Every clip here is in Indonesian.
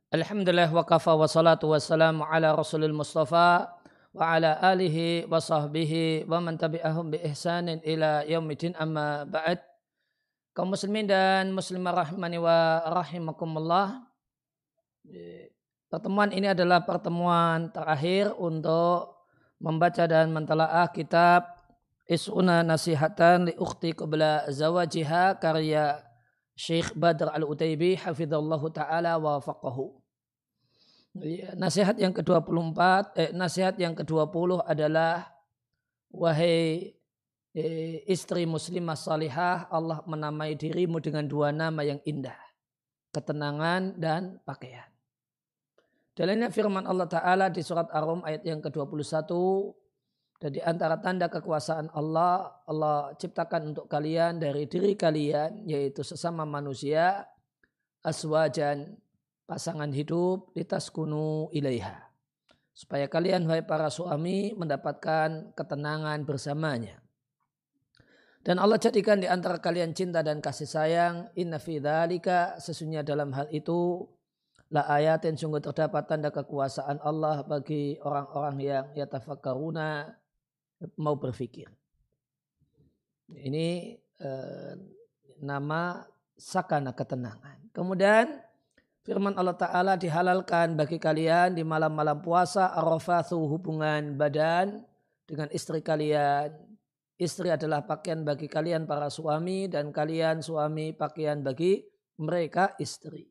Alhamdulillah wa kafa wa salatu wa salamu ala rasulil mustafa wa ala alihi wa sahbihi wa man tabi'ahum bi ihsanin ila yaumidin amma ba'd. Kaum muslimin dan muslimah rahimani wa rahimakumullah. Pertemuan ini adalah pertemuan terakhir untuk membaca dan mentelaah kitab Is'una Nasihatan li Ukhti Qabla Zawajiha karya Syekh Badr Al-Utaibi hafizallahu ta'ala wa faqahu. Nasihat yang ke-24, nasihat yang ke-20 adalah wahai istri muslimah salihah, Allah menamai dirimu dengan dua nama yang indah, ketenangan dan pakaian. Dalilnya firman Allah Ta'ala di surat Ar-Rum ayat yang ke-21, dan di antara tanda kekuasaan Allah, Allah ciptakan untuk kalian dari diri kalian, yaitu sesama manusia, aswajan, pasangan hidup, litaskunu ilaiha, supaya kalian wahai para suami mendapatkan ketenangan bersamanya. Dan Allah jadikan di antara kalian cinta dan kasih sayang. Inna fi dzalika, sesungguhnya dalam hal itu, la ayatin, sungguh terdapat tanda kekuasaan Allah bagi orang-orang yang yatafakkaruna, mau berfikir. Ini nama sakana, ketenangan. Kemudian firman Allah Ta'ala, dihalalkan bagi kalian di malam-malam puasa arafathu, hubungan badan dengan istri kalian. Istri adalah pakaian bagi kalian para suami, dan kalian suami pakaian bagi mereka istri.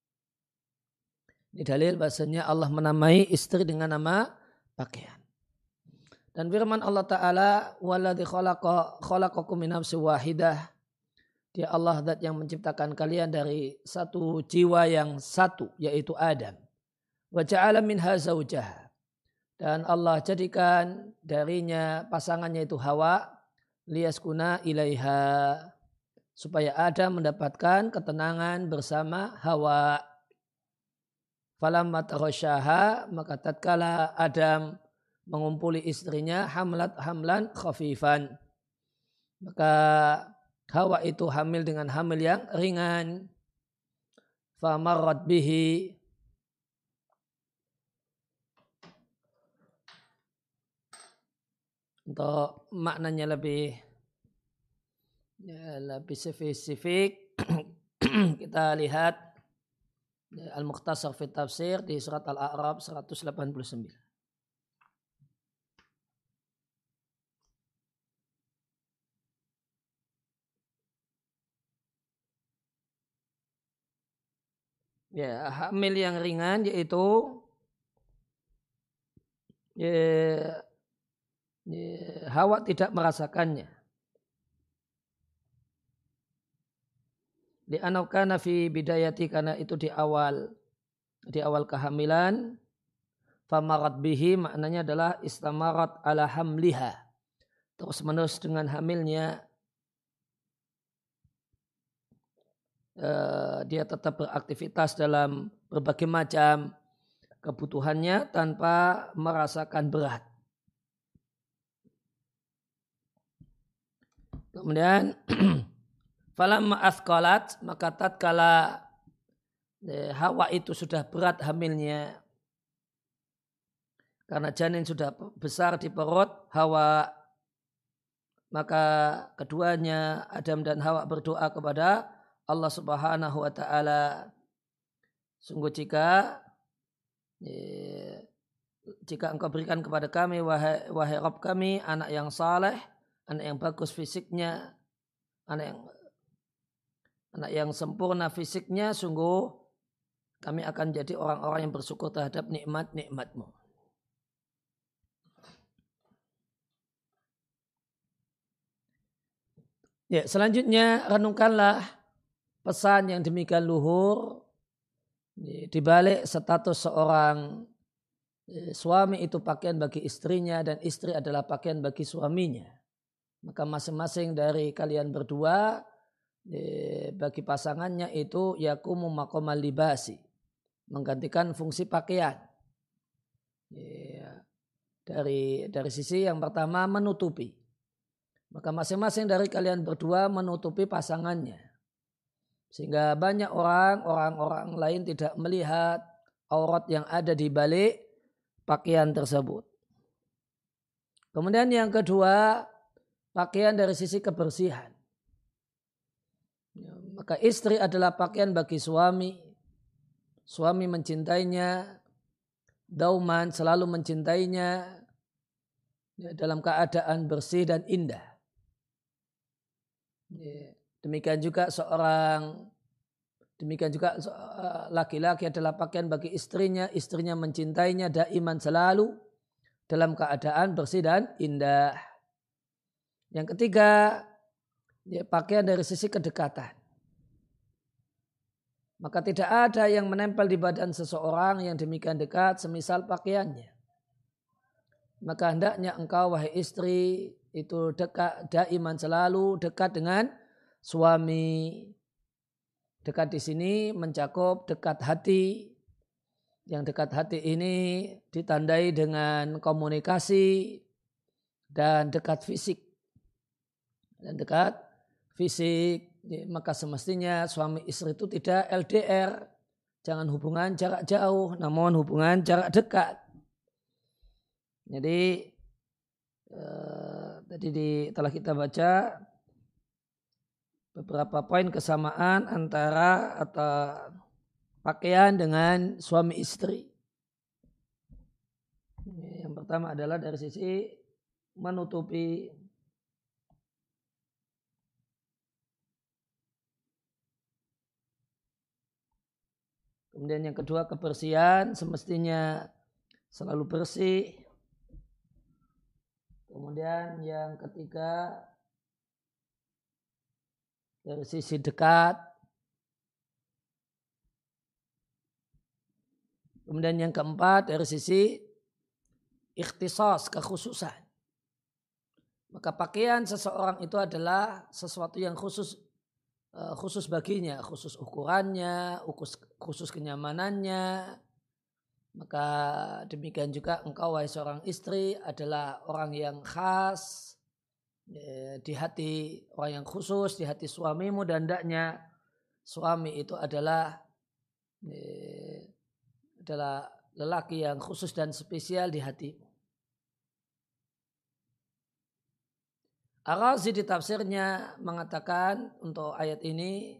Ini dalil bahasanya Allah menamai istri dengan nama pakaian. Dan firman Allah Ta'ala, waladzi khalaqakum min nafsin wahidah, Dia Allah zat yang menciptakan kalian dari satu jiwa yang satu, yaitu Adam. Wa ja'ala minha zawjaha, dan Allah jadikan darinya pasangannya itu Hawa, liyaskuna ilaiha, supaya Adam mendapatkan ketenangan bersama Hawa. Falamma taghasyaha, maka tatkala Adam mengumpuli istrinya, hamlan khafifan, maka Hawa itu hamil dengan hamil yang ringan. Famarrat bihi, untuk maknanya lebih spesifik kita lihat Al-Mukhtasar fi Tafsir di surat Al-A'raf 189. Ya, hamil yang ringan yaitu Hawa tidak merasakannya. Di anakana fi bidayati, karena itu di awal kehamilan. Famarat bihi, maknanya adalah istamarat ala hamliha, terus menerus dengan hamilnya. Dia tetap beraktivitas dalam berbagai macam kebutuhannya tanpa merasakan berat. Kemudian falamma athqalat, maka tatkala Hawa itu sudah berat hamilnya, karena janin sudah besar di perut Hawa, maka keduanya Adam dan Hawa berdoa kepada Allah Subhanahu wa Ta'ala, sungguh jika engkau berikan kepada kami wahai Rabb kami anak yang saleh, anak yang bagus fisiknya, anak yang sempurna fisiknya, sungguh kami akan jadi orang-orang yang bersyukur terhadap nikmat-nikmat-Mu. Ya, selanjutnya renungkanlah pesan yang demikian luhur di balik status seorang suami itu pakaian bagi istrinya dan istri adalah pakaian bagi suaminya. Maka masing-masing dari kalian berdua bagi pasangannya itu yakumu maqamal libasi, menggantikan fungsi pakaian. Dari sisi yang pertama menutupi. Maka masing-masing dari kalian berdua menutupi pasangannya. Sehingga banyak orang lain tidak melihat aurat yang ada di balik pakaian tersebut. Kemudian yang kedua, pakaian dari sisi kebersihan. Maka istri adalah pakaian bagi suami. Suami mencintainya, dauman selalu mencintainya dalam keadaan bersih dan indah. Demikian juga laki-laki adalah pakaian bagi istrinya. Istrinya mencintainya daiman selalu dalam keadaan bersih dan indah. Yang ketiga, pakaian dari sisi kedekatan. Maka tidak ada yang menempel di badan seseorang yang demikian dekat semisal pakaiannya. Maka hendaknya engkau wahai istri itu dekat daiman selalu dekat dengan suami. Dekat di sini mencakup dekat hati. Yang dekat hati ini ditandai dengan komunikasi dan dekat fisik. Dan dekat fisik, maka semestinya suami istri itu tidak LDR. Jangan hubungan jarak jauh, namun hubungan jarak dekat. Jadi telah kita baca beberapa poin kesamaan antara atau pakaian dengan suami istri. Yang pertama adalah dari sisi menutupi kemudian yang kedua kebersihan semestinya selalu bersih. Kemudian yang ketiga dari sisi dekat. Kemudian yang keempat dari sisi ikhtisas, kekhususan. Maka pakaian seseorang itu adalah sesuatu yang khusus baginya, khusus ukurannya, khusus kenyamanannya. Maka demikian juga engkau wahai seorang istri adalah orang yang khas di hati, orang yang khusus di hati suamimu, dan hendaknya suami itu adalah lelaki yang khusus dan spesial di hatimu. Ar-Razi di tafsirnya mengatakan untuk ayat ini,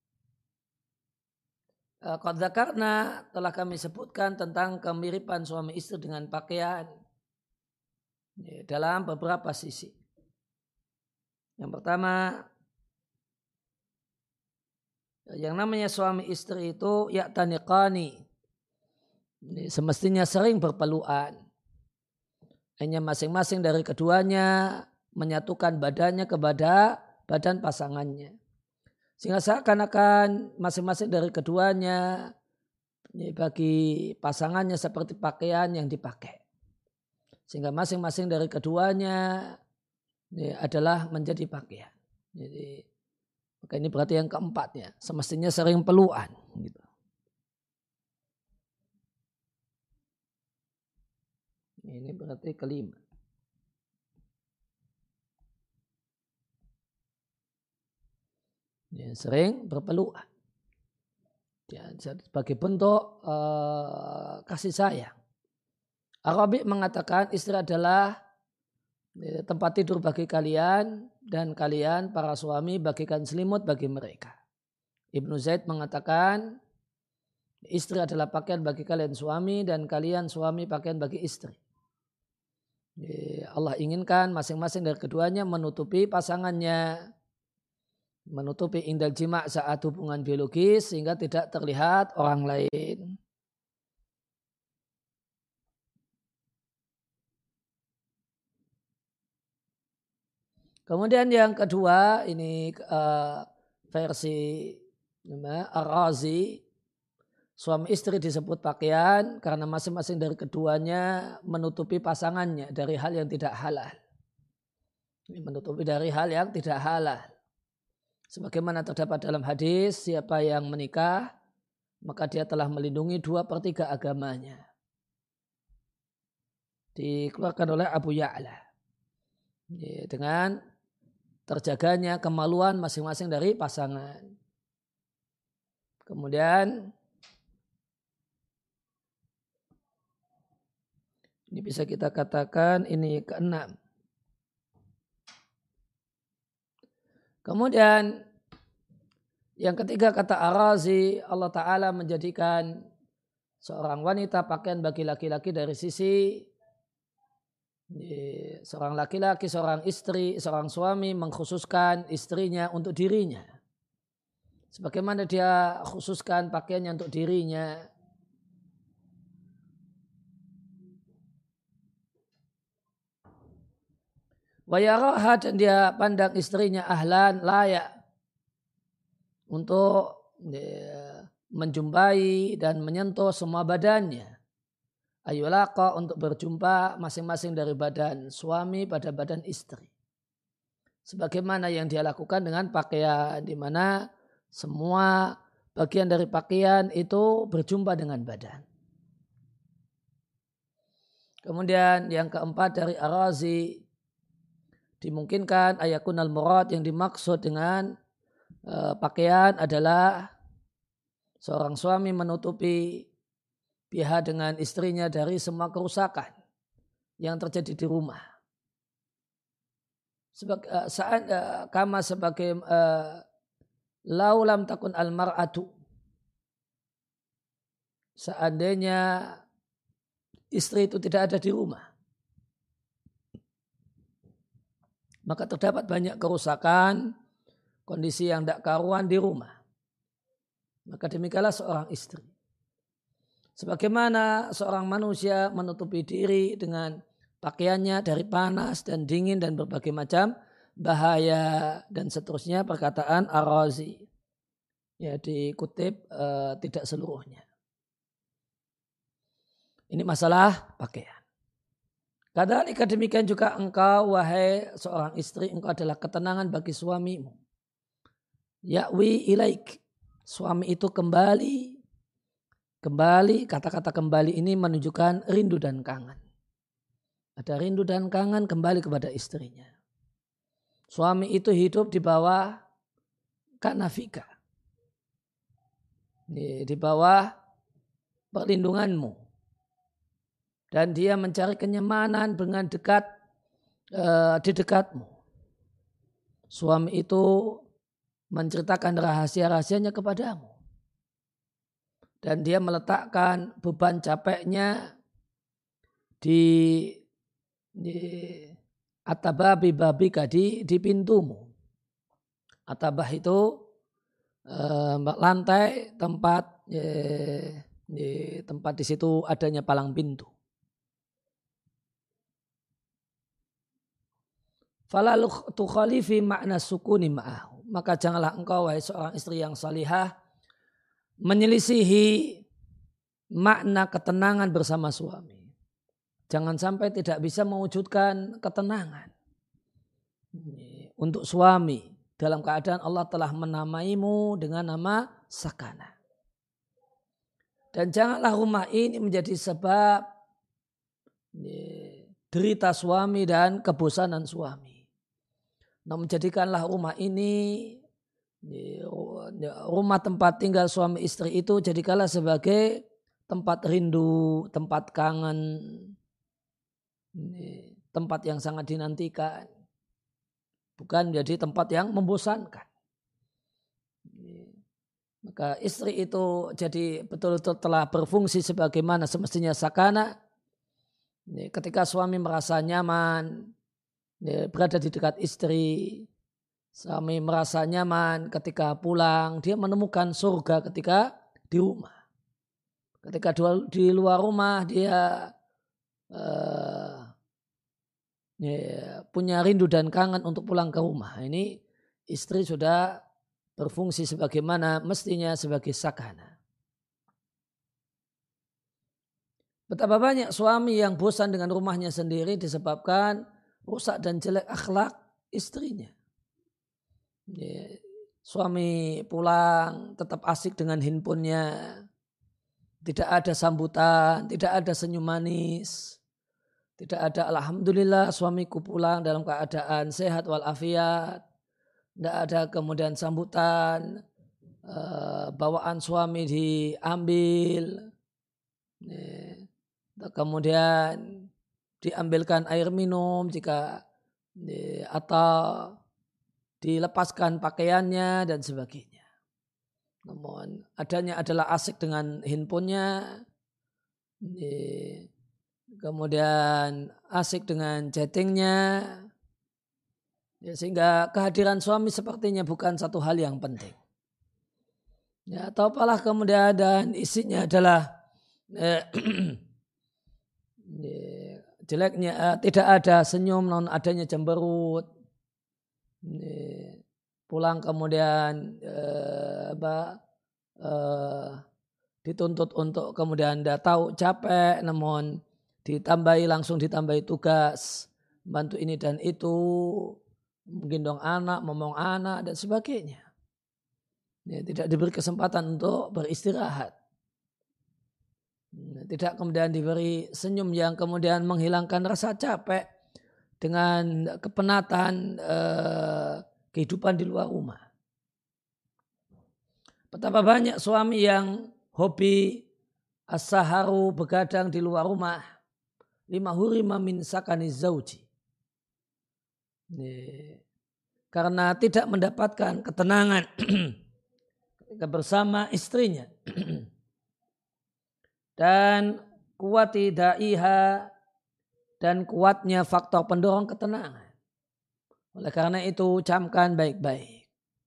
qad dzakarna, telah kami sebutkan tentang kemiripan suami istri dengan pakaian dalam beberapa sisi. Yang pertama, yang namanya suami istri itu ya'taniqani, semestinya sering berpelukan. Hanya masing-masing dari keduanya menyatukan badannya kepada badan pasangannya. Sehingga seakan-akan masing-masing dari keduanya bagi pasangannya seperti pakaian yang dipakai. Sehingga masing-masing dari keduanya adalah menjadi pakaian. Jadi maka ini berarti yang keempatnya, semestinya sering pelukan. Gitu. Ini berarti kelima. Ya, sering berpelukan. Ya, sebagai bentuk kasih sayang. Ar-Rabi mengatakan istri adalah tempat tidur bagi kalian dan kalian para suami bagikan selimut bagi mereka. Ibnu Zaid mengatakan istri adalah pakaian bagi kalian suami dan kalian suami pakaian bagi istri. Allah inginkan masing-masing dari keduanya menutupi pasangannya, menutupi indal jima' saat hubungan biologis sehingga tidak terlihat orang lain. Kemudian yang kedua ini versi Ar-Razi, suami istri disebut pakaian karena masing-masing dari keduanya menutupi pasangannya dari hal yang tidak halal. Menutupi dari hal yang tidak halal. Sebagaimana terdapat dalam hadis, siapa yang menikah, maka dia telah melindungi 2/3 agamanya. Dikeluarkan oleh Abu Ya'la. Dengan terjaganya kemaluan masing-masing dari pasangan. Kemudian Ini bisa kita katakan ini keenam. Kemudian yang ketiga kata Ar-Razi, Allah Ta'ala menjadikan seorang wanita pakaian bagi laki-laki dari sisi seorang laki-laki, seorang istri, seorang suami mengkhususkan istrinya untuk dirinya. Sebagaimana dia khususkan pakaiannya untuk dirinya. Wayaraha, dan dia pandang istrinya ahlan, layak untuk menjumpai dan menyentuh semua badannya. Ayulaqa, untuk berjumpa masing-masing dari badan suami pada badan istri. Sebagaimana yang dia lakukan dengan pakaian, di mana semua bagian dari pakaian itu berjumpa dengan badan. Kemudian yang keempat dari Ar-Razi, dimungkinkan ayakunal murad, yang dimaksud dengan pakaian adalah seorang suami menutupi pihak dengan istrinya dari semua kerusakan yang terjadi di rumah. Kama sebagai laulam takun al-mar'atu, seandainya istri itu tidak ada di rumah, maka terdapat banyak kerusakan, kondisi yang tidak karuan di rumah. Maka demikianlah seorang istri. Sebagaimana seorang manusia menutupi diri dengan pakaiannya dari panas dan dingin dan berbagai macam bahaya dan seterusnya, perkataan Ar-Razi. Ya, dikutip tidak seluruhnya. Ini masalah pakaian. Kadzalika, demikian juga engkau wahai seorang istri, engkau adalah ketenangan bagi suamimu. Ya'wi ilaik, suami itu kembali, kata-kata kembali ini menunjukkan rindu dan kangen. Ada rindu dan kangen kembali kepada istrinya. Suami itu hidup di bawah kanafika, di bawah perlindunganmu. Dan dia mencari kenyamanan dengan dekat di dekatmu. Suami itu menceritakan rahasia-rahasianya kepadamu. Dan dia meletakkan beban capeknya di atababi babika, di pintumu. Atabah itu lantai tempat tempat di situ adanya palang pintu. Fala tukhalifi makna sukuni ma'ahu, maka janganlah engkau wahai seorang istri yang salihah menyelisihi makna ketenangan bersama suami. Jangan sampai tidak bisa mewujudkan ketenangan untuk suami dalam keadaan Allah telah menamaimu dengan nama sakana. Dan janganlah rumah ini menjadi sebab derita suami dan kebosanan suami. Namun jadikanlah rumah ini, rumah tempat tinggal suami istri itu, jadikanlah sebagai tempat rindu, tempat kangen, tempat yang sangat dinantikan. Bukan menjadi tempat yang membosankan. Maka istri itu jadi betul-betul telah berfungsi sebagaimana semestinya sakana. Ketika suami merasa nyaman berada di dekat istri, suami merasa nyaman ketika pulang, dia menemukan surga ketika di rumah. Ketika di luar rumah dia punya rindu dan kangen untuk pulang ke rumah. Ini istri sudah berfungsi sebagaimana mestinya sebagai sakana. Betapa banyak suami yang bosan dengan rumahnya sendiri disebabkan rusak dan jelek akhlak istrinya. Suami pulang tetap asik dengan handphonenya, tidak ada sambutan, tidak ada senyum manis, tidak ada alhamdulillah suamiku pulang dalam keadaan sehat walafiat, tidak ada kemudian sambutan, bawaan suami diambil, kemudian diambilkan air minum, atau dilepaskan pakaiannya dan sebagainya. Namun adanya adalah asik dengan handphonenya, kemudian asik dengan chattingnya, sehingga kehadiran suami sepertinya bukan satu hal yang penting. Ya, atau apalah kemudian dan isinya adalah jeleknya tidak ada senyum, non adanya cemberut. Pulang kemudian dituntut untuk kemudian Anda tahu capek, namun langsung ditambahi tugas bantu ini dan itu, menggendong anak, ngomong anak dan sebagainya. Ya, tidak diberi kesempatan untuk beristirahat. Tidak kemudian diberi senyum yang kemudian menghilangkan rasa capek dengan kepenatan kehidupan di luar rumah. Betapa banyak suami yang hobi as-saharu, begadang di luar rumah, lima hurima min sakani zauji. Karena tidak mendapatkan ketenangan bersama istrinya. Dan kuwati da'iha, dan kuatnya faktor pendorong ketenangan. Oleh karena itu camkan baik-baik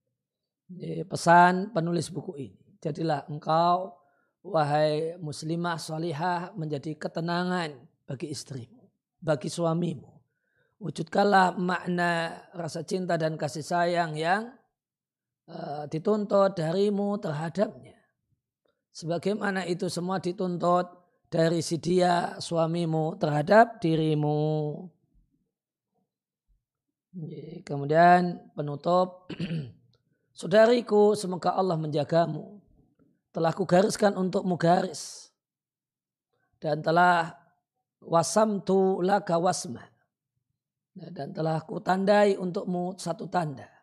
pesan penulis buku ini. Jadilah engkau, wahai muslimah salihah, menjadi ketenangan bagi istrimu, bagi suamimu. Wujudkanlah makna rasa cinta dan kasih sayang yang dituntut darimu terhadapnya. Sebagaimana itu semua dituntut dari si dia, suamimu, terhadap dirimu. Kemudian penutup, saudariku, semoga Allah menjagamu. Telah kugariskan untukmu garis. Dan telah wasamtu laka wasma. Dan telah kutandai untukmu satu tanda.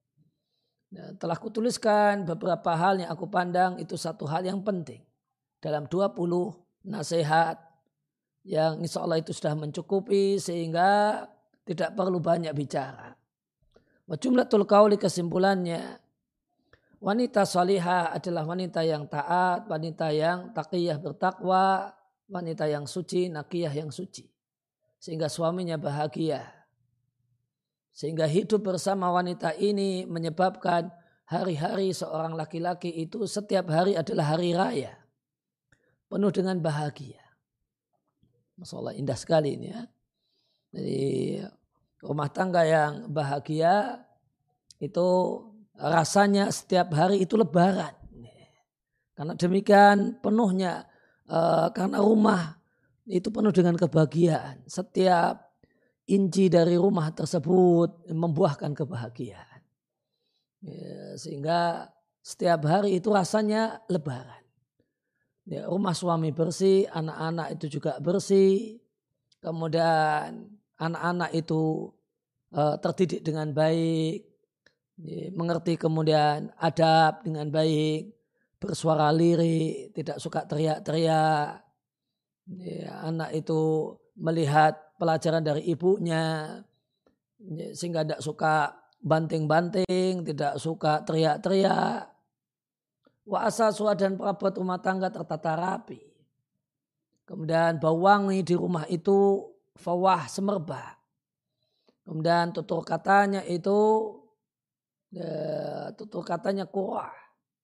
Dan telah kutuliskan beberapa hal yang aku pandang itu satu hal yang penting. Dalam 20 nasihat yang insya Allah itu sudah mencukupi sehingga tidak perlu banyak bicara. Wa jumlatul qauli, kesimpulannya, wanita salihah adalah wanita yang taat, wanita yang taqiyah bertakwa, wanita yang suci, naqiyah yang suci. Sehingga suaminya bahagia. Sehingga hidup bersama wanita ini menyebabkan hari-hari seorang laki-laki itu setiap hari adalah hari raya. Penuh dengan bahagia. Masya Allah, indah sekali ini ya. Jadi rumah tangga yang bahagia itu rasanya setiap hari itu lebaran. Karena demikian penuhnya, karena rumah itu penuh dengan kebahagiaan. Setiap inci dari rumah tersebut membuahkan kebahagiaan. Ya, sehingga setiap hari itu rasanya lebaran. Ya, rumah suami bersih, anak-anak itu juga bersih. Kemudian anak-anak itu terdidik dengan baik, ya, mengerti kemudian adab dengan baik, bersuara lirik, tidak suka teriak-teriak. Ya, anak itu melihat pelajaran dari ibunya, sehingga tidak suka banting-banting, tidak suka teriak-teriak. Wa asasuha, dan perabot rumah tangga tertata rapi. Kemudian bau wangi di rumah itu fawah semerbak. Kemudian tutur katanya kurah.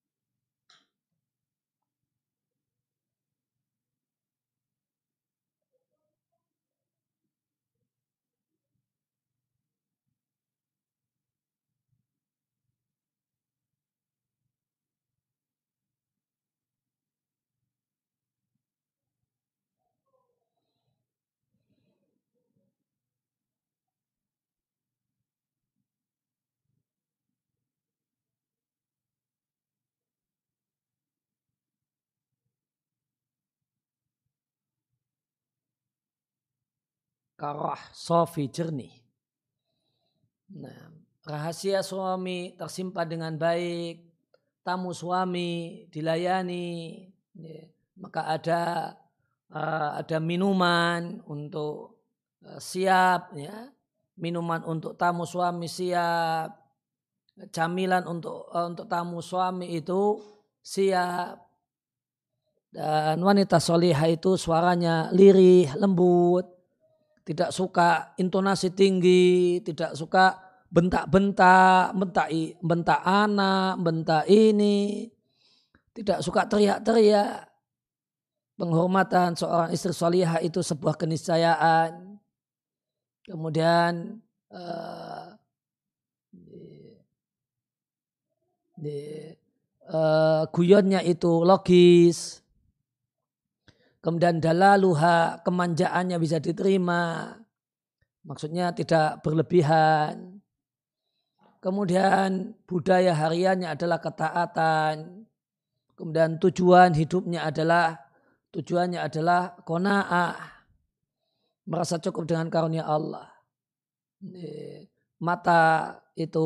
Karah sofi jernih. Nah, rahasia suami tersimpan dengan baik, tamu suami dilayani, ya, maka ada minuman untuk siap, ya, minuman untuk tamu suami siap, camilan untuk tamu suami itu siap, dan wanita solihah itu suaranya lirih, lembut, tidak suka intonasi tinggi, tidak suka bentak-bentak, bentak anak, bentak ini, tidak suka teriak-teriak. Penghormatan seorang istri solihah itu sebuah keniscayaan. Kemudian guyonnya itu logis. Kemudian dalaluha, kemanjaannya bisa diterima. Maksudnya tidak berlebihan. Kemudian budaya hariannya adalah ketaatan. Kemudian tujuannya adalah qanaah, merasa cukup dengan karunia Allah. Mata itu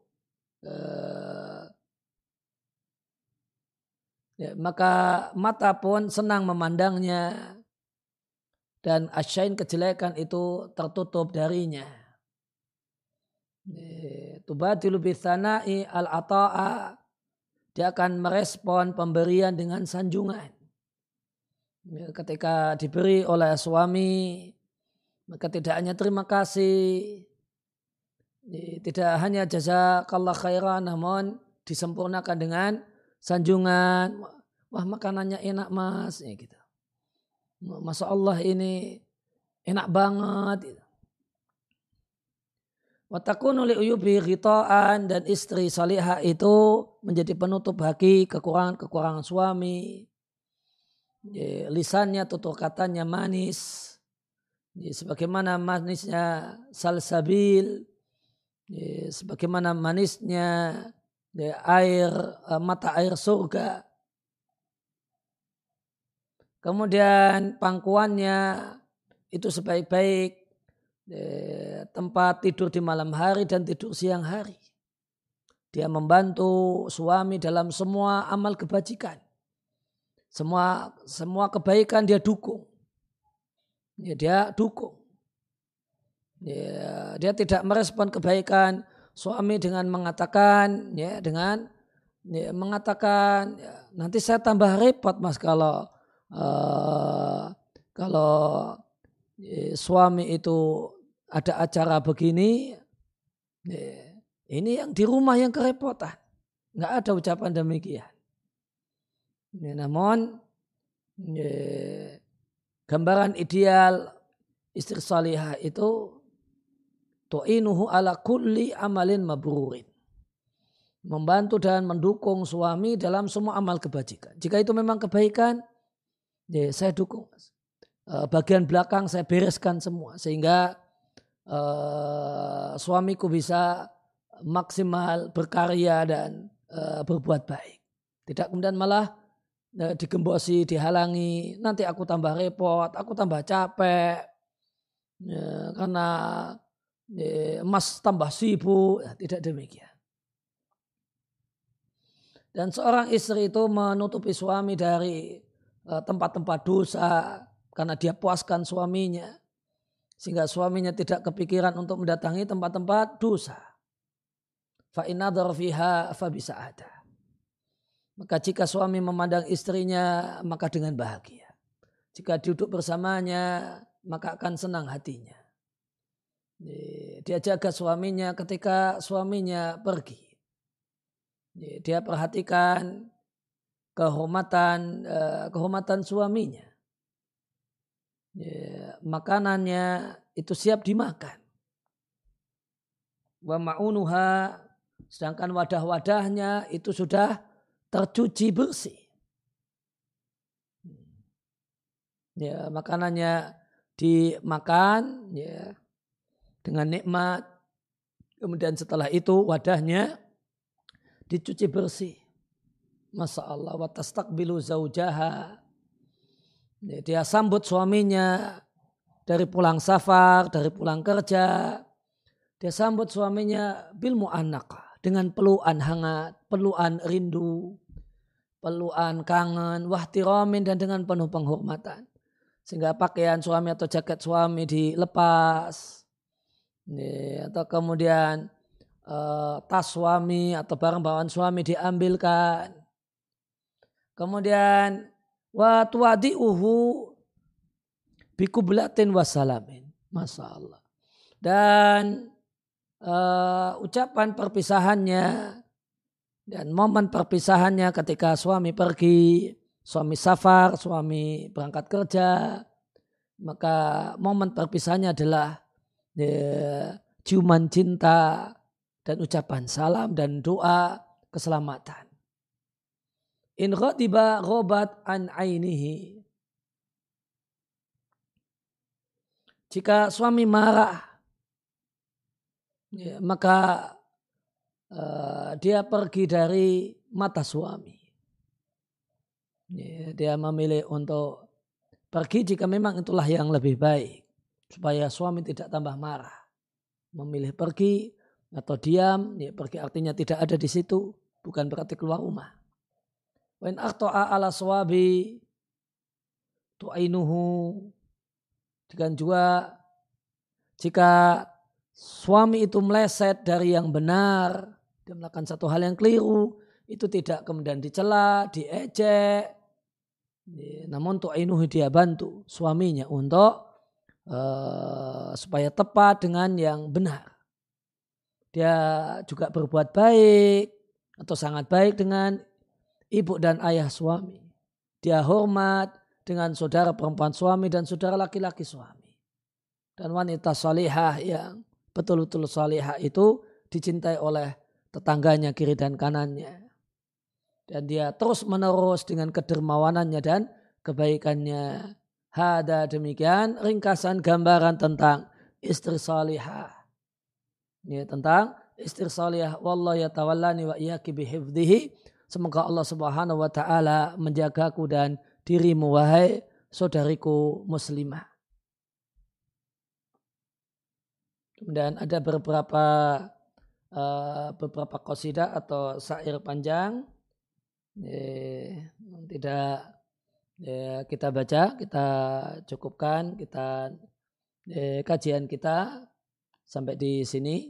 maka mata pun senang memandangnya, dan asyain kejelekan itu tertutup darinya. Tubadilu bitsana'i al-ata'a, dia akan merespon pemberian dengan sanjungan. Ketika diberi oleh suami, maka tidak hanya terima kasih, tidak hanya jazakallah khairan, namun disempurnakan dengan sanjungan. Wah, makanannya enak mas, ya gitu. Masya Allah ini enak banget. Gitu. Watakunu li'uyubi ghita'an, dan istri salihah itu menjadi penutup bagi kekurangan-kekurangan suami. Lisannya, tutur katanya manis. Sebagaimana manisnya salsabil, sebagaimana manisnya mata air surga. Kemudian pangkuannya itu sebaik-baik tempat tidur di malam hari dan tidur siang hari. Dia membantu suami dalam semua amal kebajikan. Semua kebaikan dia dukung. Dia dukung. Dia tidak merespon kebaikan suami dengan mengatakan, nanti saya tambah repot mas kalau suami itu ada acara begini, ini yang di rumah yang kerepotan. Nggak ada ucapan demikian. Namun gambaran ideal istri salihah itu tu'inuhu ala kulli amalin mabrurin. Membantu dan mendukung suami dalam semua amal kebajikan. Jika itu memang kebaikan, saya dukung. Bagian belakang saya bereskan semua sehingga suamiku bisa maksimal berkarya dan berbuat baik. Tidak kemudian malah digembosi, dihalangi, nanti aku tambah repot, aku tambah capek, karena emas tambah sibuk. Tidak demikian. Dan seorang istri itu menutupi suami dari tempat-tempat dosa karena dia puaskan suaminya, sehingga suaminya tidak kepikiran untuk mendatangi tempat-tempat dosa. Fa in nadhara fiha fa bisa'ada. Maka jika suami memandang istrinya, maka dengan bahagia. Jika duduk bersamanya, maka akan senang hatinya. Dia jaga suaminya ketika suaminya pergi. Dia perhatikan kehormatan suaminya. Makanannya itu siap dimakan. Wa ma'unuha, sedangkan wadah-wadahnya itu sudah tercuci bersih. Makanannya dimakan dengan nikmat. Kemudian setelah itu wadahnya dicuci bersih. Masya Allah. Wa tastaqbilu zaujaha. Dia sambut suaminya dari pulang safar, dari pulang kerja. Dia sambut suaminya bil mu'annaqah, dengan pelukan hangat, pelukan rindu, pelukan kangen, wahtiramin, dan dengan penuh penghormatan. sehingga pakaian suami atau jaket suami dilepas, atau kemudian tas suami atau barang bawaan suami diambilkan. Kemudian wa tuwadi'uhu bikublatin wasalamin. Masya Allah. Dan ucapan perpisahannya dan momen perpisahannya ketika suami pergi, suami safar, suami berangkat kerja, maka momen perpisahannya adalah ciuman cinta dan ucapan salam dan doa keselamatan. In ghadiba ghabat an ainihi. Jika suami marah, maka dia pergi dari mata suami. Dia memilih untuk pergi jika memang itulah yang lebih baik, supaya suami tidak tambah marah. Memilih pergi atau diam, pergi artinya tidak ada di situ, bukan berarti keluar rumah. Wa in akhta'a ala sawabi tu'inuhu. Dan juga jika suami itu meleset dari yang benar, dia melakukan satu hal yang keliru, itu tidak kemudian dicela, diejek, namun tu'inuhu dia bantu suaminya untuk supaya tepat dengan yang benar. Dia juga berbuat baik atau sangat baik dengan ibu dan ayah suami. Dia hormat dengan saudara perempuan suami dan saudara laki-laki suami. Dan wanita salihah yang betul-betul salihah itu dicintai oleh tetangganya kiri dan kanannya. Dan dia terus menerus dengan kedermawanannya dan kebaikannya. Hada demikian ringkasan gambaran tentang istri salihah. Ini tentang istri salihah. Wallahu yatawallani wa iyyaki bihifdhihi. Semoga Allah Subhanahu wa taala menjagaku dan dirimu wahai saudariku muslimah. Kemudian ada beberapa qasidah atau syair panjang. Tidak kita baca, kita cukupkan, kita kajian kita sampai di sini.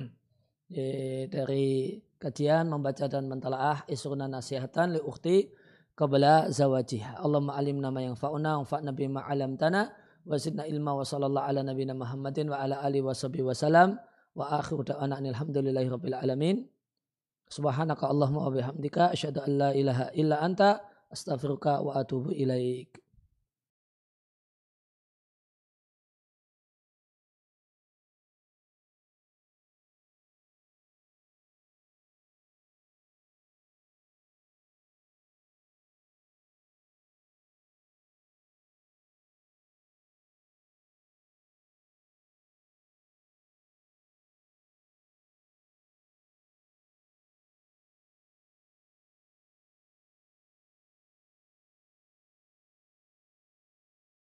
Dari kajian membaca dan mentalaah isruna nasihatan li ukhti qabla zawajiha. Allahumma alimna ma yanfa'una wanfa'na bima 'allamtana wa zidna ilma wa sallallahu ala nabiyyina Muhammadin wa ala alihi washabihi wasallam wa akhiru da'wana alhamdulillahi rabbil alamin. Subhanaka Allahumma wa bihamdika asyhadu an la ilaha illa anta astaghfiruka wa atubu ilaik.